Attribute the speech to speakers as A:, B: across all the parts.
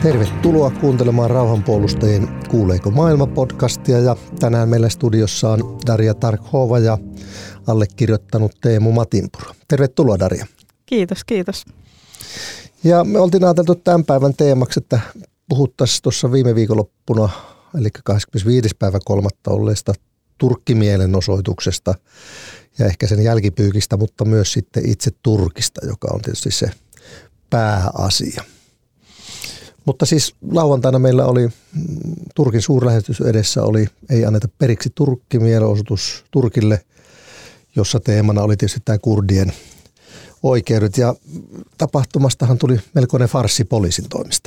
A: Tervetuloa kuuntelemaan Rauhanpuolustajien Kuuleeko maailma-podcastia ja tänään meillä studiossa on Darja Tarkhova ja allekirjoittanut Teemu Matinpuro. Tervetuloa Darja.
B: Kiitos.
A: Ja me oltiin ajateltu tämän päivän teemaksi, että puhuttaisiin tuossa viime viikonloppuna, eli 25.3. olleesta Turkki-mielenosoituksesta ja ehkä sen jälkipyykistä, mutta myös sitten itse Turkista, joka on tietysti se pääasia. Mutta siis lauantaina meillä oli Turkin suurlähetystö edessä oli Ei anneta periksi Turkki-mielenosoitus Turkille, jossa teemana oli tietysti tämä kurdien oikeudet. Ja tapahtumastahan tuli melkoinen farssi poliisin toimista.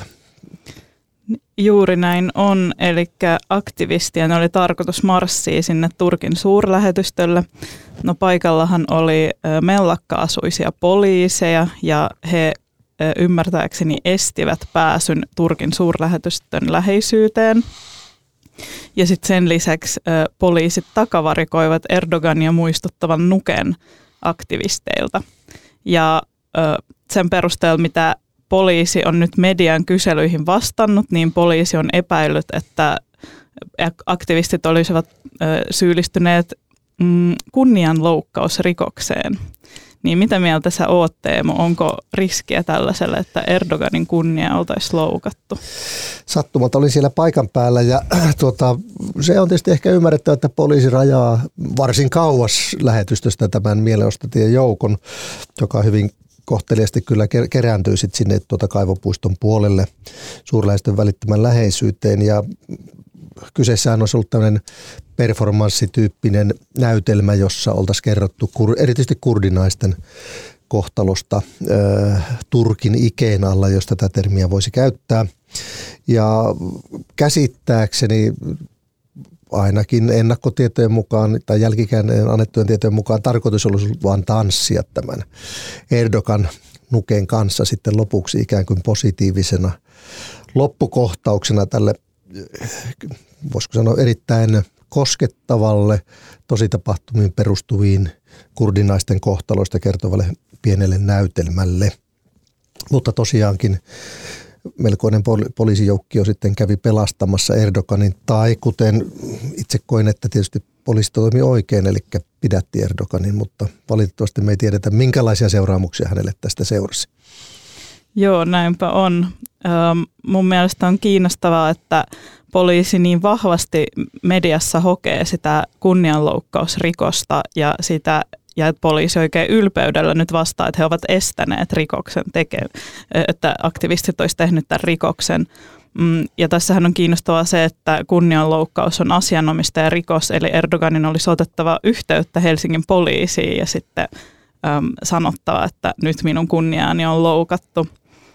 B: Juuri näin on, eli aktivistien oli tarkoitus marssia sinne Turkin suurlähetystölle. No paikallahan oli mellakka-asuisia poliiseja ja he ymmärtääkseni estivät pääsyn Turkin suurlähetystön läheisyyteen. Ja sitten sen lisäksi poliisit takavarikoivat Erdogania muistuttavan nuken aktivisteilta. Ja sen perusteella, mitä poliisi on nyt median kyselyihin vastannut, niin poliisi on epäillyt, että aktivistit olisivat syyllistyneet kunnianloukkausrikokseen. Niin mitä mieltä sä oot, Teemu? Onko riskiä tällaiselle, että Erdoganin kunnia oltaisiin loukattu?
A: Sattumat oli siellä paikan päällä ja se on tietysti ehkä ymmärrettävä, että poliisi rajaa varsin kauas lähetystöstä tämän mielenosoittajien joukon, joka hyvin kohteliasti kyllä kerääntyy sitten sinne Kaivopuiston puolelle suurlähetystön välittömän läheisyyteen ja kyseessähän olisi ollut tämmöinen performanssityyppinen näytelmä, jossa oltaisiin kerrottu erityisesti kurdinaisten kohtalosta Turkin ikeen alla, jos tätä termiä voisi käyttää. Ja käsittääkseni ainakin ennakkotietojen mukaan tai jälkikäteen annettujen tietojen mukaan tarkoitus olisi ollut vain tanssia tämän Erdogan nuken kanssa sitten lopuksi ikään kuin positiivisena loppukohtauksena tälle, voisiko sanoa, erittäin koskettavalle, tositapahtumiin perustuviin kurdinaisten kohtaloista kertovalle pienelle näytelmälle. Mutta tosiaankin melkoinen poliisijoukkio sitten kävi pelastamassa Erdoganin, tai kuten itse koin, että tietysti poliisi toimi oikein, eli pidätti Erdoganin, mutta valitettavasti me ei tiedetä, minkälaisia seuraamuksia hänelle tästä seurasi.
B: Joo, näinpä on. Mun mielestä on kiinnostavaa, että poliisi niin vahvasti mediassa hokee sitä kunnianloukkausrikosta ja että poliisi oikein ylpeydellä nyt vastaa, että he ovat estäneet rikoksen että aktivistit olisi tehnyt tämän rikoksen. Ja tässähän on kiinnostavaa se, että kunnianloukkaus on asianomistajarikos, eli Erdoganin olisi otettava yhteyttä Helsingin poliisiin ja sitten sanottava, että nyt minun kunniaani on loukattu.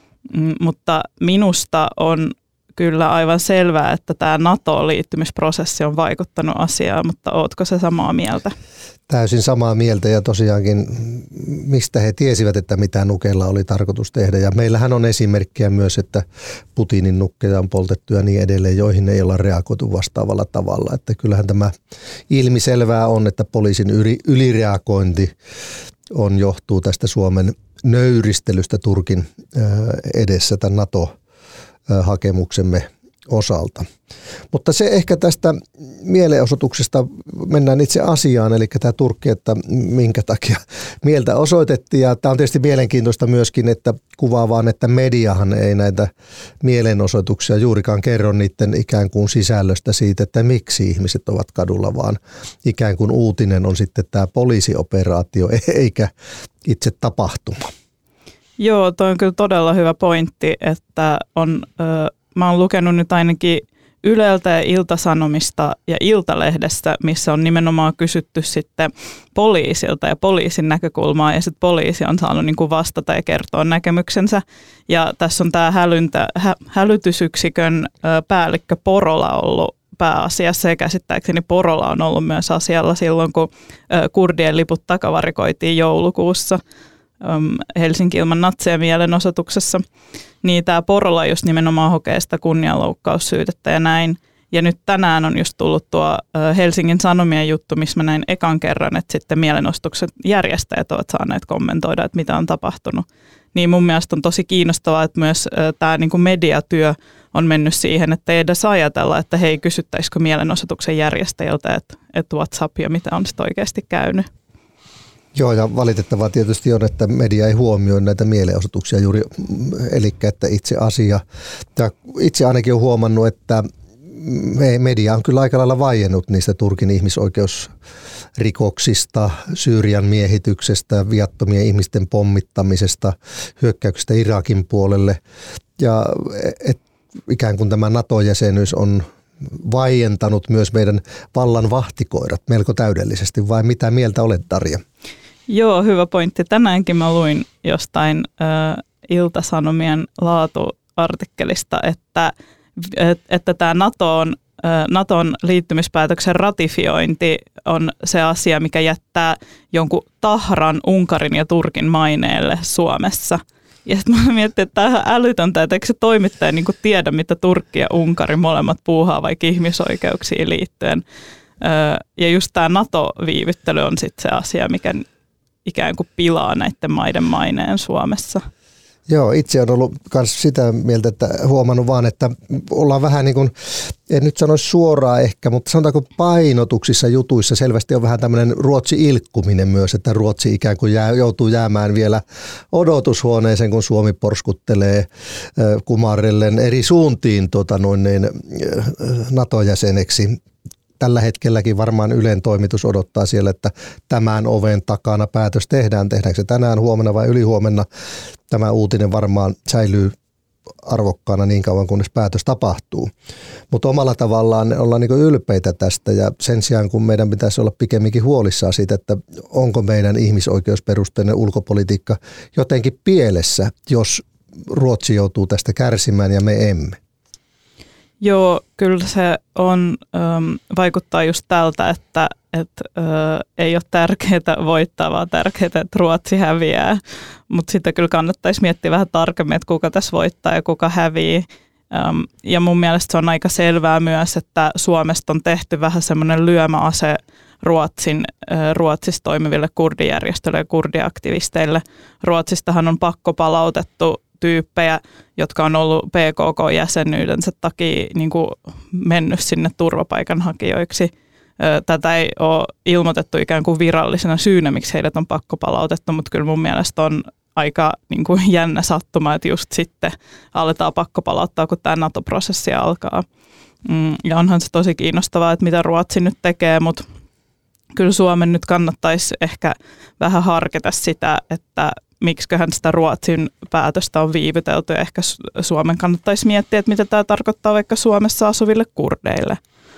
B: Mutta minusta on kyllä aivan selvää, että tämä NATO-liittymisprosessi on vaikuttanut asiaan, mutta ootko sä samaa mieltä?
A: Täysin samaa mieltä ja tosiaankin mistä he tiesivät, että mitä nukeilla oli tarkoitus tehdä. Ja meillähän on esimerkkejä myös, että Putinin nukkeja on poltettu ja niin edelleen, joihin ei olla reagoitu vastaavalla tavalla. Että kyllähän tämä ilmiselvää on, että poliisin ylireagointi johtuu tästä Suomen nöyristelystä Turkin edessä tämän NATO-hakemuksemme osalta. Mutta se ehkä tästä mielenosoituksesta mennään itse asiaan, eli tämä Turkki, että minkä takia mieltä osoitettiin. Ja tämä on tietysti mielenkiintoista myöskin, että kuvaa vaan, että mediahan ei näitä mielenosoituksia juurikaan kerro niiden ikään kuin sisällöstä siitä, että miksi ihmiset ovat kadulla, vaan ikään kuin uutinen on sitten tämä poliisioperaatio eikä itse tapahtuma.
B: Joo, toi on kyllä todella hyvä pointti, että mä oon lukenut nyt ainakin Yleltä ja Ilta-Sanomista ja Iltalehdestä, missä on nimenomaan kysytty sitten poliisilta ja poliisin näkökulmaa, ja sitten poliisi on saanut niin kuin vastata ja kertoa näkemyksensä. Ja tässä on tämä hälytysyksikön päällikkö Porola ollut pääasiassa, ja käsittääkseni Porola on ollut myös asialla silloin, kun kurdien liput takavarikoitiin joulukuussa Helsinki ilman natseja mielenosoituksessa, niin tämä Porola just nimenomaan hokee sitä kunnianloukkaussyytettä ja näin. Ja nyt tänään on just tullut tuo Helsingin Sanomien juttu, missä mä näin ekan kerran, että sitten mielenosoituksen järjestäjät ovat saaneet kommentoida, että mitä on tapahtunut. niin mun mielestä on tosi kiinnostavaa, että myös tämä niin kuin mediatyö on mennyt siihen, että ei edes ajatella, että hei, kysyttäisikö mielenosoituksen järjestäjiltä, että WhatsApp ja mitä on sitten oikeasti käynyt.
A: Joo, ja valitettavaa tietysti on, että media ei huomioi näitä mielenosoituksia juuri, eli että itse asia. Ja itse ainakin olen huomannut, että media on kyllä aika lailla vaiennut niistä Turkin ihmisoikeusrikoksista, Syyrian miehityksestä, viattomien ihmisten pommittamisesta, hyökkäyksestä Irakin puolelle. Ja ikään kuin tämä NATO-jäsenyys on vaientanut myös meidän vallan vahtikoirat melko täydellisesti, vai mitä mieltä olet, Darja? Joo, hyvä pointti. Tänäänkin mä luin jostain Ilta-Sanomien laatuartikkelista, että tämä Naton liittymispäätöksen ratifiointi on se asia, mikä jättää jonkun tahran Unkarin ja Turkin maineelle Suomessa. Ja sitten mä mietin, että tämä on älytöntä, että eikö se toimittaja niin kuin tiedä, mitä Turkki ja Unkari molemmat puuhaa vaikka ihmisoikeuksiin liittyen. Ja just tämä NATO-viivyttely on sitten se asia, mikä ikään kuin pilaa näiden maiden maineen Suomessa. Joo, itse olen ollut myös sitä mieltä, että huomannut vaan, että ollaan vähän niin kuin, en nyt sanoisi suoraan ehkä, mutta sanotaanko painotuksissa jutuissa selvästi on vähän tämmöinen Ruotsi-ilkkuminen myös, että Ruotsi ikään kuin joutuu jäämään vielä odotushuoneeseen, kun Suomi porskuttelee kumarrellen eri suuntiin NATO-jäseneksi. Tällä hetkelläkin varmaan Ylen toimitus odottaa siellä, että tämän oven takana päätös tehdään. Tehdäänkö se tänään, huomenna vai ylihuomenna? Tämä uutinen varmaan säilyy arvokkaana niin kauan, kunnes päätös tapahtuu. Mutta omalla tavallaan ollaan niin ylpeitä tästä ja sen sijaan, kun meidän pitäisi olla pikemminkin huolissaan siitä, että onko meidän ihmisoikeusperusteinen ulkopolitiikka jotenkin pielessä, jos Ruotsi joutuu tästä kärsimään ja me emme. Joo, kyllä se on, vaikuttaa just tältä, että ei ole tärkeää voittaa, vaan tärkeää, että Ruotsi häviää. Mutta sitten kyllä kannattaisi miettiä vähän tarkemmin, että kuka tässä voittaa ja kuka hävii. Ja mun mielestä se on aika selvää myös, että Suomesta on tehty vähän semmoinen lyömäase Ruotsissa toimiville kurdijärjestöille ja kurdiaktivisteille. Ruotsistahan on pakkopalautettu tyyppejä, jotka on ollut PKK-jäsenyydensä takia niin kuin mennyt sinne turvapaikanhakijoiksi. Tätä ei ole ilmoitettu ikään kuin virallisena syynä, miksi heidät on pakkopalautettu, mutta kyllä mun mielestä on aika niin kuin jännä sattuma, että just sitten aletaan pakkopalauttaa, kun tämä NATO-prosessi alkaa. Ja onhan se tosi kiinnostavaa, että mitä Ruotsi nyt tekee, mutta kyllä Suomen nyt kannattaisi ehkä vähän harkita sitä, että miksiköhän sitä Ruotsin päätöstä on viivytelty. Ehkä Suomen kannattaisi miettiä, että mitä tämä tarkoittaa vaikka Suomessa asuville kurdeille.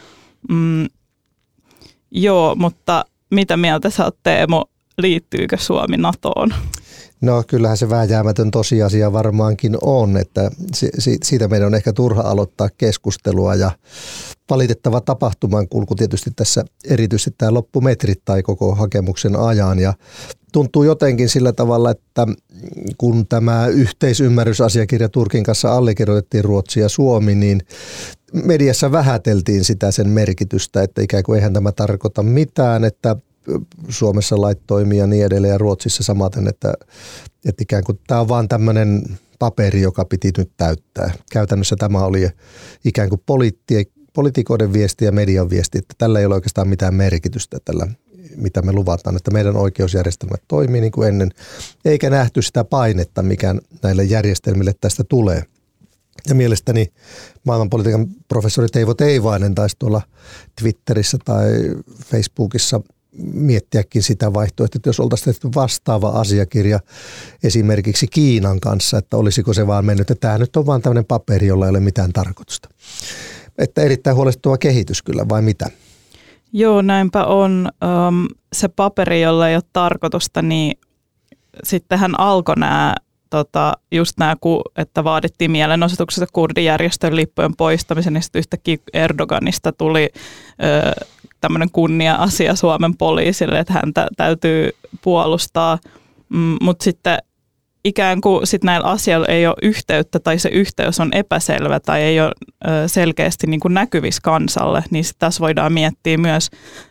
A: Joo, mutta mitä mieltä sä oot, Teemu, liittyykö Suomi NATOon? No kyllähän se vääjäämätön tosiasia varmaankin on, että siitä meidän on ehkä turha aloittaa keskustelua ja valitettava tapahtumankulku tietysti tässä erityisesti tämä loppumetrit tai koko hakemuksen ajan ja tuntuu jotenkin sillä tavalla, että kun tämä yhteisymmärrysasiakirja Turkin kanssa allekirjoitettiin Ruotsi ja Suomi, niin mediassa vähäteltiin sitä sen merkitystä, että ikään kuin eihän tämä tarkoita mitään, että Suomessa lait toimii ja niin edelleen ja Ruotsissa samaten, että ikään kuin tämä on vaan tämmöinen paperi, joka piti nyt täyttää. Käytännössä tämä oli ikään kuin poliitikoiden viesti ja median viesti, että tällä ei ole oikeastaan mitään merkitystä tällä, mitä me luvataan, että meidän oikeusjärjestelmät toimii niin kuin ennen, eikä nähty sitä painetta, mikä näille järjestelmille tästä tulee. Ja mielestäni maailmanpolitiikan professori Teivo Teivainen taisi tuolla Twitterissä tai Facebookissa miettiäkin sitä vaihtoehtoa, että jos oltaisiin tehty vastaava asiakirja esimerkiksi Kiinan kanssa, että olisiko se vaan mennyt, että tämä nyt on vaan tämmöinen paperi, jolla ei ole mitään tarkoitusta. Että erittäin huolestuttava kehitys kyllä, vai mitä? Joo, näinpä on. Se paperi, jolla ei ole tarkoitusta, niin sittenhän alkoi just nämä, että vaadittiin mielenosoituksessa kurdijärjestön lippujen poistamisen, niin sitten yhtäkkiä Erdoganista tuli tämmöinen kunnia-asia Suomen poliisille, että häntä täytyy puolustaa, mutta sitten
B: ikään kuin sit näillä asioilla ei ole yhteyttä tai se yhteys on epäselvä tai ei ole selkeästi niin kuin näkyvissä kansalle, niin tässä voidaan miettiä myös,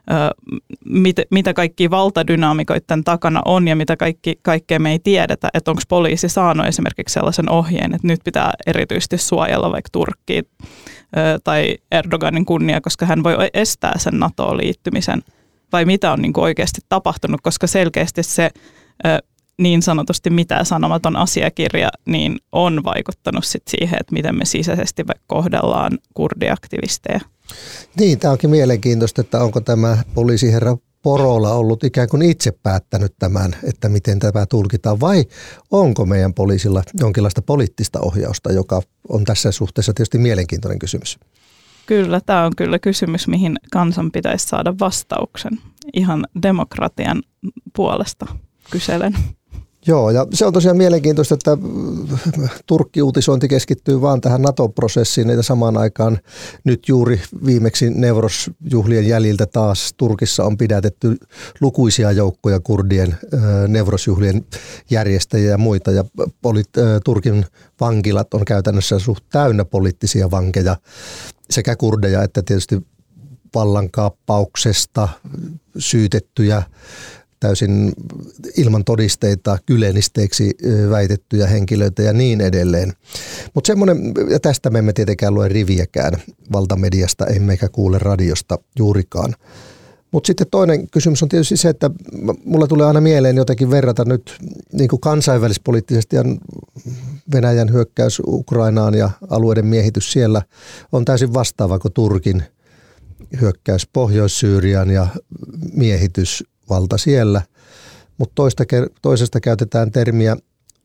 B: mitä kaikkia valtadynaamikoiden takana on ja mitä kaikkea me ei tiedetä, että onko poliisi saanut esimerkiksi sellaisen ohjeen, että nyt pitää erityisesti suojella vaikka Turkkia tai Erdoganin kunnia, koska hän voi estää sen NATOon liittymisen, vai mitä on niin kuin oikeasti tapahtunut, koska selkeästi se niin sanotusti mitään sanomaton asiakirja niin on vaikuttanut sit siihen, että miten me sisäisesti kohdellaan kurdiaktivisteja.
A: Niin, tämä onkin mielenkiintoista, että onko tämä poliisiherra Porola ollut ikään kuin itse päättänyt tämän, että miten tämä tulkitaan, vai onko meidän poliisilla jonkinlaista poliittista ohjausta, joka on tässä suhteessa tietysti mielenkiintoinen kysymys.
B: Kyllä, tämä on kyllä kysymys, mihin kansan pitäisi saada vastauksen. Ihan demokratian puolesta kyselen.
A: Joo, ja se on tosiaan mielenkiintoista, että Turkki-uutisointi keskittyy vaan tähän NATO-prosessiin, ja samaan aikaan nyt juuri viimeksi Newroz-juhlien jäljiltä taas Turkissa on pidätetty lukuisia joukkoja kurdien Newroz-juhlien järjestäjiä ja muita, ja Turkin vankilat on käytännössä suht täynnä poliittisia vankeja, sekä kurdeja että tietysti vallankaappauksesta syytettyjä, täysin ilman todisteita gylenisteiksi väitettyjä henkilöitä ja niin edelleen. Mutta semmoinen, ja tästä me emme tietenkään lue riviäkään valtamediasta, emmekä kuule radiosta juurikaan. Mutta sitten toinen kysymys on tietysti se, että mulla tulee aina mieleen jotenkin verrata nyt niin kuin kansainvälispoliittisesti ja Venäjän hyökkäys Ukrainaan ja alueiden miehitys siellä on täysin vastaava kuin Turkin hyökkäys Pohjois-Syyriaan ja miehitys valta siellä, mutta toisesta käytetään termiä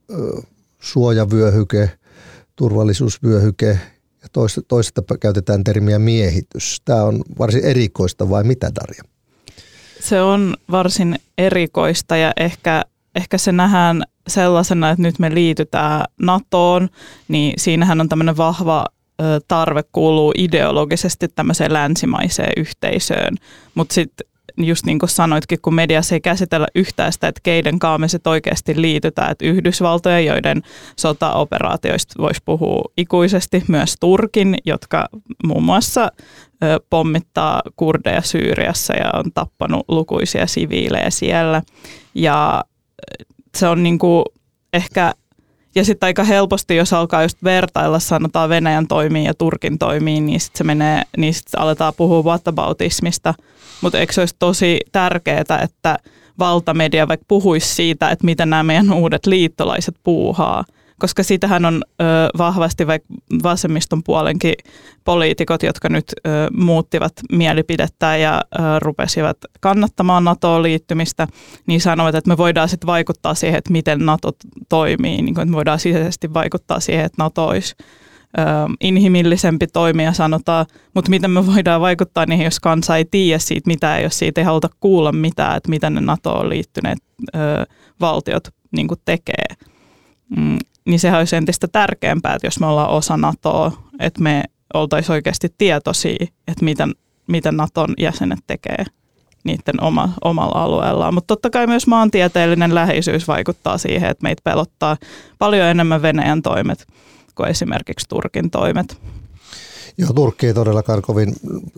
A: suojavyöhyke, turvallisuusvyöhyke ja toisesta käytetään termiä miehitys. Tämä on varsin erikoista, vai mitä, Darja?
B: Se on varsin erikoista ja ehkä se nähdään sellaisena, että nyt me liitytään NATOon, niin siinähän on tämmöinen vahva tarve kuuluu ideologisesti tämmöiseen länsimaiseen yhteisöön, mutta sitten just niin kuin sanoitkin, kun mediassa ei käsitellä yhtään sitä, että keiden kanssa me sit oikeasti liitytään, että Yhdysvaltoja, joiden sotaoperaatioista voisi puhua ikuisesti, myös Turkin, jotka muun muassa pommittaa kurdeja Syyriassa ja on tappanut lukuisia siviilejä siellä. Ja se on niin kuin ehkä, ja sitten aika helposti, jos alkaa just vertailla, sanotaan Venäjän toimiin ja Turkin toimiin, niin sitten aletaan puhua whataboutismista. Mutta eikö se olisi tosi tärkeää, että valtamedia vaikka puhuisi siitä, että miten nämä meidän uudet liittolaiset puuhaa. Koska sitähän on vahvasti vaikka vasemmiston puolenkin poliitikot, jotka nyt muuttivat mielipidettään ja rupesivat kannattamaan NATOon liittymistä, niin sanovat, että me voidaan sitten vaikuttaa siihen, että miten NATO toimii. Niin kuin, että me voidaan sisäisesti vaikuttaa siihen, että NATO olisi inhimillisempi toimija, sanotaan, mutta miten me voidaan vaikuttaa niihin, jos kansa ei tiedä siitä mitään, jos siitä ei haluta kuulla mitään, että mitä ne NATOon liittyneet valtiot niin kuin tekee. Niin sehän olisi entistä tärkeämpää, että jos me ollaan osa NATOa, että me oltaisiin oikeasti tietoisia, että mitä NATOn jäsenet tekee niiden omalla alueellaan. Mutta totta kai myös maantieteellinen läheisyys vaikuttaa siihen, että meitä pelottaa paljon enemmän Venäjän toimet kuin esimerkiksi Turkin toimet.
A: Joo, Turkki ei todellakaan kovin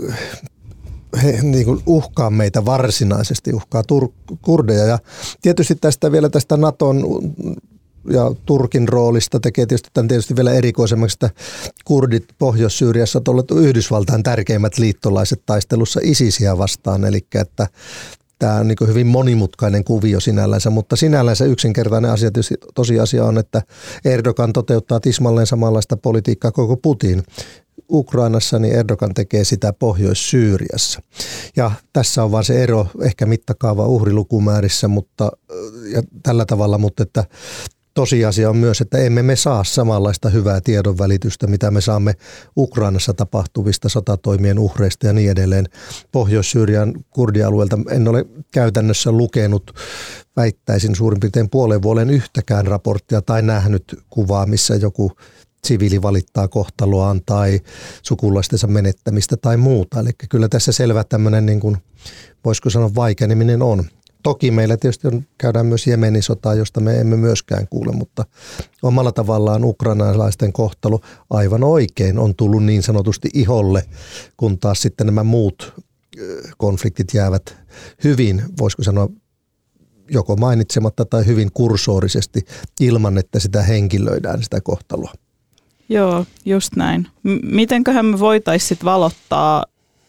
A: niin kuin uhkaa meitä varsinaisesti, uhkaa kurdeja. Ja tietysti vielä tästä NATOn ja Turkin roolista tekee tietysti vielä erikoisemmaksi, että kurdit Pohjois-Syyriassa ovat olleet Yhdysvaltain tärkeimmät liittolaiset taistelussa ISISiä vastaan, eli että tämä on niin kuin hyvin monimutkainen kuvio sinällänsä, mutta sinällänsä yksinkertainen asia, tietysti tosiasia on, että Erdogan toteuttaa tismalleen samanlaista politiikkaa koko Putin Ukrainassa, niin Erdogan tekee sitä Pohjois-Syyriassa. Ja tässä on vaan se ero ehkä mittakaava uhrilukumäärissä, mutta ja tällä tavalla, mutta että tosiasia on myös, että emme me saa samanlaista hyvää tiedonvälitystä, mitä me saamme Ukrainassa tapahtuvista sotatoimien uhreista ja niin edelleen. Pohjois-Syyrian kurdialueelta en ole käytännössä lukenut, väittäisin suurin piirtein puolen vuoden yhtäkään raporttia tai nähnyt kuvaa, missä joku siviili valittaa kohtaloaan tai sukulaistensa menettämistä tai muuta. Eli kyllä tässä selvä tämmöinen, niin kuin, voisiko sanoa, vaikeneminen on. Toki meillä tietysti käydään myös Jemenin sotaa, josta me emme myöskään kuule, mutta omalla tavallaan ukrainalaisten kohtalo aivan oikein on tullut niin sanotusti iholle, kun taas sitten nämä muut konfliktit jäävät hyvin, voisiko sanoa, joko mainitsematta tai hyvin kursorisesti ilman, että sitä henkilöidään sitä kohtaloa.
B: Joo, just näin. Mitenköhän me voitaisiin valottaa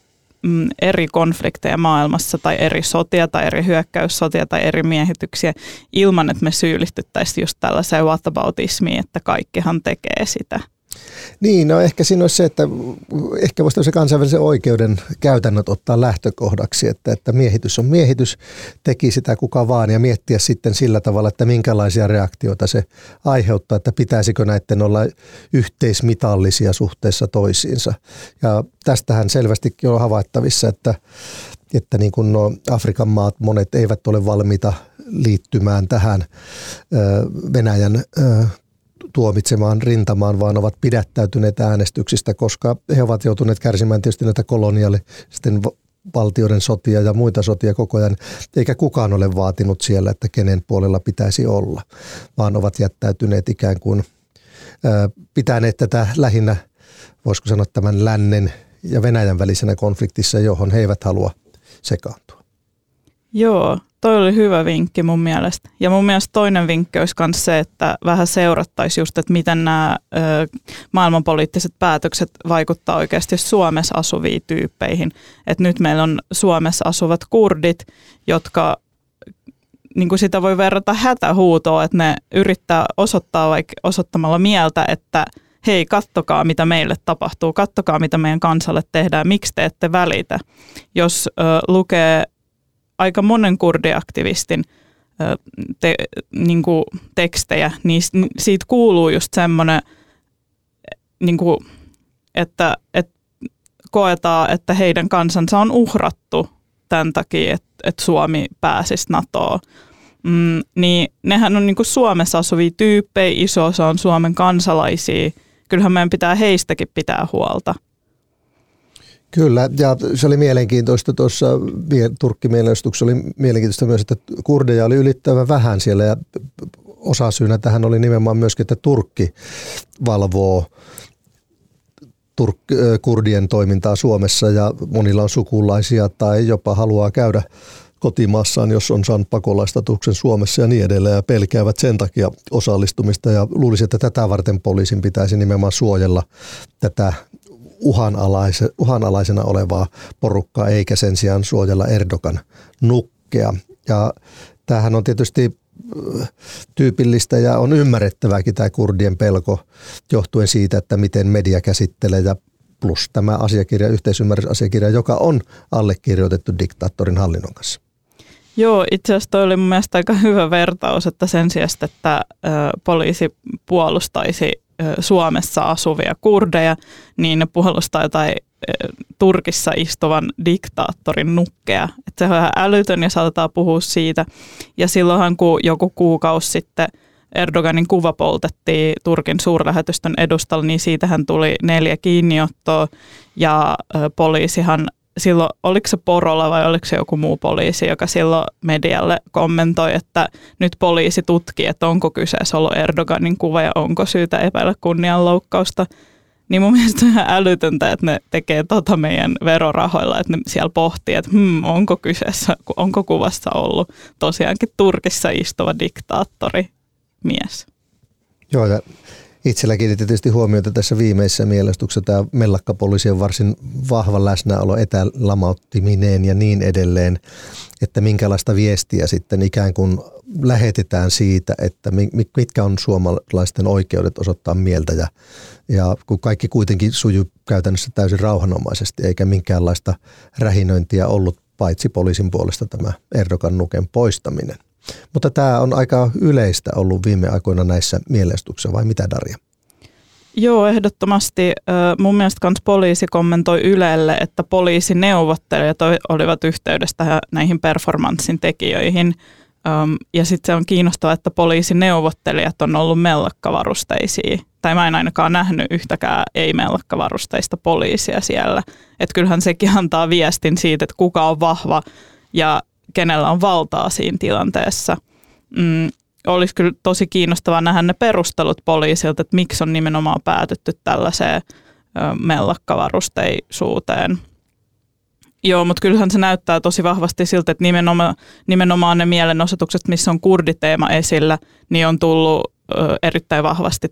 B: eri konflikteja maailmassa tai eri sotia tai eri hyökkäyssotia tai eri miehityksiä ilman, että me syyllistyttäisiin just tällaiseen whataboutismiin, että kaikkihan tekee sitä.
A: Niin, no ehkä siinä olisi se, että ehkä voisi se kansainvälisen oikeuden käytännöt ottaa lähtökohdaksi, että miehitys on miehitys, teki sitä kuka vaan ja miettiä sitten sillä tavalla, että minkälaisia reaktioita se aiheuttaa, että pitäisikö näiden olla yhteismitallisia suhteessa toisiinsa. Ja tästähän selvästikin on havaittavissa, että niin kuin nuo Afrikan maat, monet eivät ole valmiita liittymään tähän Venäjän tuomitsemaan rintamaan, vaan ovat pidättäytyneet äänestyksistä, koska he ovat joutuneet kärsimään tietysti näitä kolonialisten valtioiden sotia ja muita sotia koko ajan, eikä kukaan ole vaatinut siellä, että kenen puolella pitäisi olla, vaan ovat jättäytyneet ikään kuin pitäneet tätä lähinnä, voisiko sanoa tämän lännen ja Venäjän välisenä konfliktissa, johon he eivät halua sekaantua.
B: Joo, toi oli hyvä vinkki mun mielestä. Ja mun mielestä toinen vinkki olisi myös se, että vähän seurattaisiin just, että miten nämä maailmanpoliittiset päätökset vaikuttaa oikeasti Suomessa asuviin tyyppeihin. Että nyt meillä on Suomessa asuvat kurdit, jotka niin kuin sitä voi verrata hätähuutoon, että ne yrittää osoittaa vaikka osoittamalla mieltä, että hei, kattokaa mitä meille tapahtuu, kattokaa mitä meidän kansalle tehdään, miksi te ette välitä. Jos lukee aika monen kurdiaktivistin niin kuin tekstejä, niin siitä kuuluu just semmoinen, niin kuin, että koetaan, että heidän kansansa on uhrattu tämän takia, että Suomi pääsisi NATOon. Niin nehän on niin kuin Suomessa asuvia tyyppejä, iso osa on Suomen kansalaisia. Kyllähän meidän pitää heistäkin pitää huolta.
A: Kyllä, ja se oli mielenkiintoista tuossa Turkki-mielenostuksessa oli mielenkiintoista myös, että kurdeja oli yllättävän vähän siellä ja osasyynä tähän oli nimenomaan myöskin, että Turkki valvoo kurdien toimintaa Suomessa ja monilla on sukulaisia tai jopa haluaa käydä kotimaassaan, jos on saanut pakolaistatuksen Suomessa ja niin edelleen ja pelkäävät sen takia osallistumista ja luulisin, että tätä varten poliisin pitäisi nimenomaan suojella tätä uhanalaisena olevaa porukkaa, eikä sen sijaan suojella Erdogan nukkea. Ja tämähän on tietysti tyypillistä ja on ymmärrettävääkin tämä kurdien pelko johtuen siitä, että miten media käsittelee ja plus tämä asiakirja, yhteisymmärrysasiakirja, joka on allekirjoitettu diktaattorin hallinnon kanssa.
B: Joo, itse asiassa toi oli mun mielestä aika hyvä vertaus, että sen sijaan, että poliisi puolustaisi Suomessa asuvia kurdeja, niin ne puolustaa jotain Turkissa istuvan diktaattorin nukkeja. Että se on ihan älytön ja saatetaan puhua siitä. Ja silloinhan kun joku kuukausi sitten Erdoganin kuva poltettiin Turkin suurlähetystön edustalla, niin siitähän tuli 4 kiinniottoa ja poliisihan silloin, oliko se Porola vai oliko se joku muu poliisi, joka silloin medialle kommentoi, että nyt poliisi tutkii, että onko kyseessä ollut Erdoganin kuva ja onko syytä epäillä kunnianloukkausta. Niin mun mielestä on ihan älytöntä, että ne tekee meidän verorahoilla, että ne siellä pohtii, että onko kyseessä, onko kuvassa ollut tosiaankin Turkissa istuva diktaattori mies.
A: Joo, ja itsellä kiinnitti tietysti huomiota tässä viimeisessä mielestuksessa tämä mellakkapoliisien varsin vahva läsnäolo, etälamauttimineen ja niin edelleen, että minkälaista viestiä sitten ikään kuin lähetetään siitä, että mitkä on suomalaisten oikeudet osoittaa mieltä ja kun kaikki kuitenkin sujuu käytännössä täysin rauhanomaisesti eikä minkäänlaista rähinöintiä ollut paitsi poliisin puolesta tämä Erdogan nuken poistaminen. Mutta tämä on aika yleistä ollut viime aikoina näissä mielestuksissa, vai mitä Darja?
B: Joo, ehdottomasti. Mun mielestä kans poliisi kommentoi Ylelle, että poliisineuvottelijat olivat yhteydessä näihin performanssin tekijöihin. Ja sitten se on kiinnostavaa, että poliisineuvottelijat on ollut mellakkavarusteisia. Tai mä en ainakaan nähnyt yhtäkään ei-mellakkavarusteista poliisia siellä. Että kyllähän sekin antaa viestin siitä, että kuka on vahva ja kenellä on valtaa siinä tilanteessa. Olisi kyllä tosi kiinnostavaa nähdä ne perustelut poliisilta, että miksi on nimenomaan päätetty tällaiseen mellakkavarusteisuuteen. Joo, mutta kyllähän se näyttää tosi vahvasti siltä, että nimenomaan ne mielenosoitukset, missä on kurditeema esillä, niin on tullut erittäin vahvasti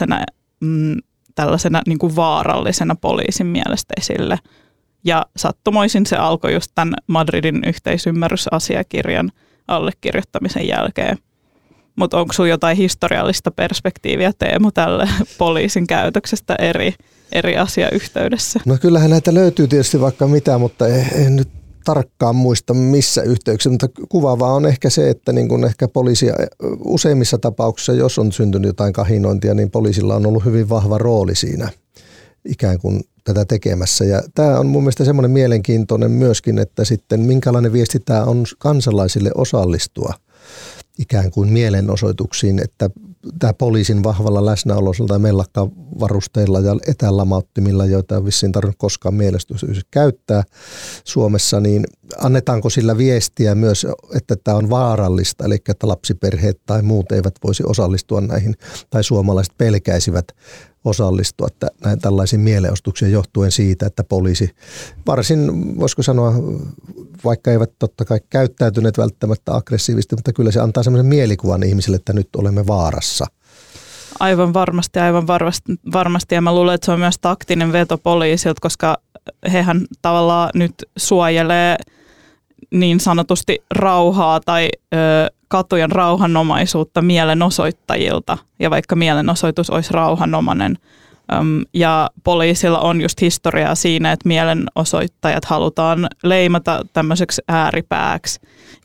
B: tällaisena niin kuin vaarallisena poliisin mielestä esille. Ja sattumoisin se alkoi just tämän Madridin yhteisymmärrysasiakirjan allekirjoittamisen jälkeen. Mutta onko sinulla jotain historiallista perspektiiviä, Teemu, tälle poliisin käytöksestä eri asiayhteydessä?
A: No kyllähän näitä löytyy tietysti vaikka mitä, mutta en nyt tarkkaan muista missä yhteyksissä, mutta kuvaavaa on ehkä se, että niin kun ehkä poliisi useimmissa tapauksissa, jos on syntynyt jotain kahinointia, niin poliisilla on ollut hyvin vahva rooli siinä ikään kuin tätä tekemässä. Ja tämä on mun mielestä semmoinen mielenkiintoinen myöskin, että sitten minkälainen viesti tämä on kansalaisille osallistua ikään kuin mielenosoituksiin, että tämä poliisin vahvalla läsnäololla tai mellakkavarusteilla ja etälamauttimilla, joita on vissiin tarvinnut koskaan mielestyksessä käyttää Suomessa, niin annetaanko sillä viestiä myös, että tämä on vaarallista, eli että lapsiperheet tai muut eivät voisi osallistua näihin, tai suomalaiset pelkäisivät osallistua näihin tällaisiin mielenostuksiin johtuen siitä, että poliisi varsin, voisiko sanoa, vaikka eivät totta kai käyttäytyneet välttämättä aggressiivisesti, mutta kyllä se antaa sellaisen mielikuvan ihmisille, että nyt olemme vaarassa.
B: Aivan varmasti. Ja mä luulen, että se on myös taktinen veto poliisilta, koska hehän tavallaan nyt suojelee niin sanotusti rauhaa tai katujen rauhanomaisuutta mielenosoittajilta. Ja vaikka mielenosoitus olisi rauhanomainen. Ja poliisilla on just historiaa siinä, että mielenosoittajat halutaan leimata tämmöiseksi ääripääksi.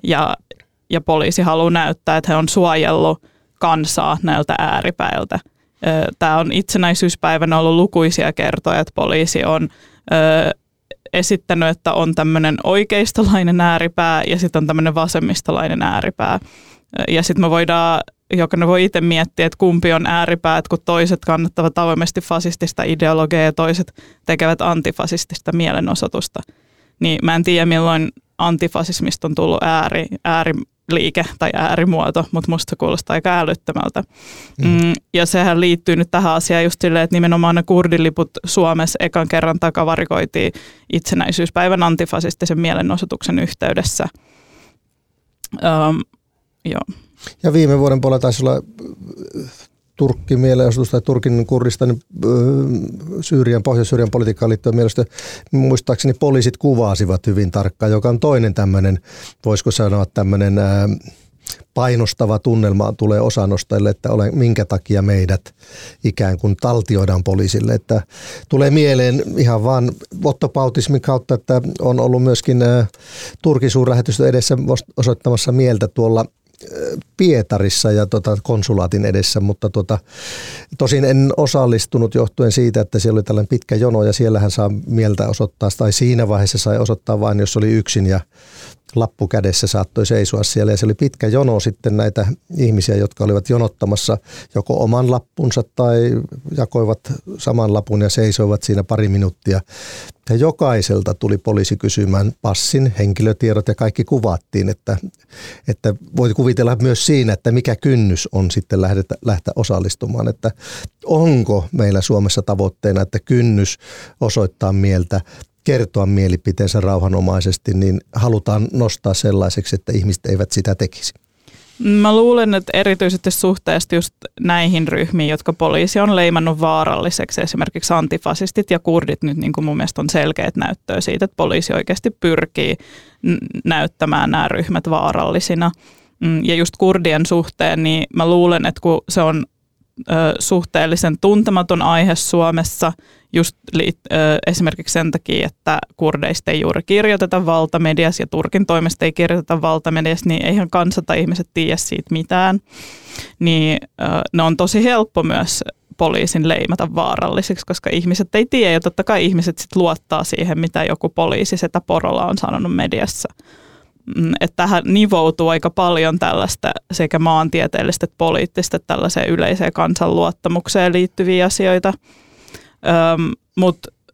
B: Ja poliisi haluaa näyttää, että he on suojellut kansaa näiltä ääripäiltä. Tämä on itsenäisyyspäivänä ollut lukuisia kertoja, että poliisi on esittänyt, että on tämmöinen oikeistolainen ääripää ja sitten on tämmöinen vasemmistolainen ääripää. Ja sitten me voidaan, jokainen voi itse miettiä, että kumpi on ääripäät, kun toiset kannattavat avoimesti fasistista ideologiaa ja toiset tekevät antifasistista mielenosoitusta. Niin mä en tiedä, milloin antifasismista on tullut ääriliike tai äärimuoto, mutta musta se kuulostaa aika älyttömältä. Ja sehän liittyy nyt tähän asiaan just silleen, että nimenomaan ne kurdiliput Suomessa ekan kerran takavarikoitiin itsenäisyyspäivän antifasistisen mielenosoituksen yhteydessä. Joo.
A: Ja viime vuoden puolella taisi olla Turkkin mielenosoitus tai Turkin Kurdistanin Pohjois-Syyrian politiikkaan liittyen mielestä muistaakseni poliisit kuvasivat hyvin tarkkaan, joka on toinen tämmöinen, voisiko sanoa tämmöinen painostava tunnelma tulee osanostajille, että minkä takia meidät ikään kuin taltioidaan poliisille. Että tulee mieleen ihan vaan ottopautismin kautta, että on ollut myöskin Turkin suurlähetystö edessä osoittamassa mieltä tuolla Pietarissa ja konsulaatin edessä, mutta tosin en osallistunut johtuen siitä, että siellä oli tällainen pitkä jono ja siellähän saa mieltä osoittaa, tai siinä vaiheessa sai osoittaa vain, jos oli yksin ja lappu kädessä saattoi seisoa siellä ja se oli pitkä jono sitten näitä ihmisiä, jotka olivat jonottamassa joko oman lappunsa tai jakoivat saman lapun ja seisoivat siinä pari minuuttia. Ja jokaiselta tuli poliisi kysymään passin, henkilötiedot ja kaikki kuvattiin, että voi kuvitella myös siinä, että mikä kynnys on sitten lähteä osallistumaan, että onko meillä Suomessa tavoitteena, että kynnys osoittaa mieltä, kertoa mielipiteensä rauhanomaisesti, niin halutaan nostaa sellaiseksi, että ihmiset eivät sitä tekisi.
B: Mä luulen, että erityisesti suhteessa just näihin ryhmiin, jotka poliisi on leimannut vaaralliseksi, esimerkiksi antifasistit ja kurdit nyt niin kuin mun mielestä on selkeät näyttöä siitä, että poliisi oikeasti pyrkii näyttämään nämä ryhmät vaarallisina. Ja just kurdien suhteen, niin mä luulen, että kun se on suhteellisen tuntematon aihe Suomessa, just esimerkiksi sen takia, että kurdeista ei juuri kirjoiteta valtamediassa ja Turkin toimesta ei kirjoiteta valtamediassa, niin eihän kansa tai ihmiset tiedä siitä mitään. Niin ne on tosi helppo myös poliisin leimata vaarallisiksi, koska ihmiset ei tiedä ja totta kai ihmiset sit luottaa siihen, mitä joku poliisi setä Porola on sanonut mediassa. Että tähän nivoutuu aika paljon tällaista sekä maantieteellistä että poliittista että tällaiseen yleiseen kansanluottamukseen liittyviä asioita. Mutta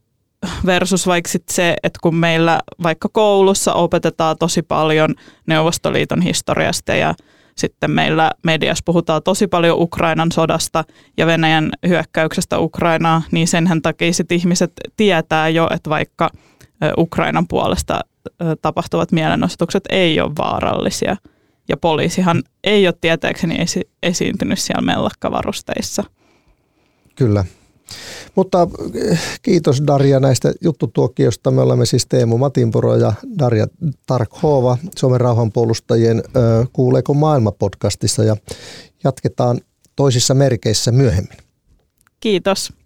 B: versus vaikka sit se, että kun meillä vaikka koulussa opetetaan tosi paljon Neuvostoliiton historiasta ja sitten meillä mediassa puhutaan tosi paljon Ukrainan sodasta ja Venäjän hyökkäyksestä Ukrainaa, niin senhän takia sit ihmiset tietää jo, että vaikka Ukrainan puolesta tapahtuvat mielenosoitukset ei ole vaarallisia. Ja poliisihan ei ole tietääkseni esiintynyt siellä mellakkavarusteissa.
A: Kyllä. Mutta kiitos Darja näistä juttutuokiosta. Me olemme siis Teemu Matinpuro ja Darja Tarkhova Suomen rauhanpuolustajien Kuuleeko maailma -podcastissa ja jatketaan toisissa merkeissä myöhemmin.
B: Kiitos.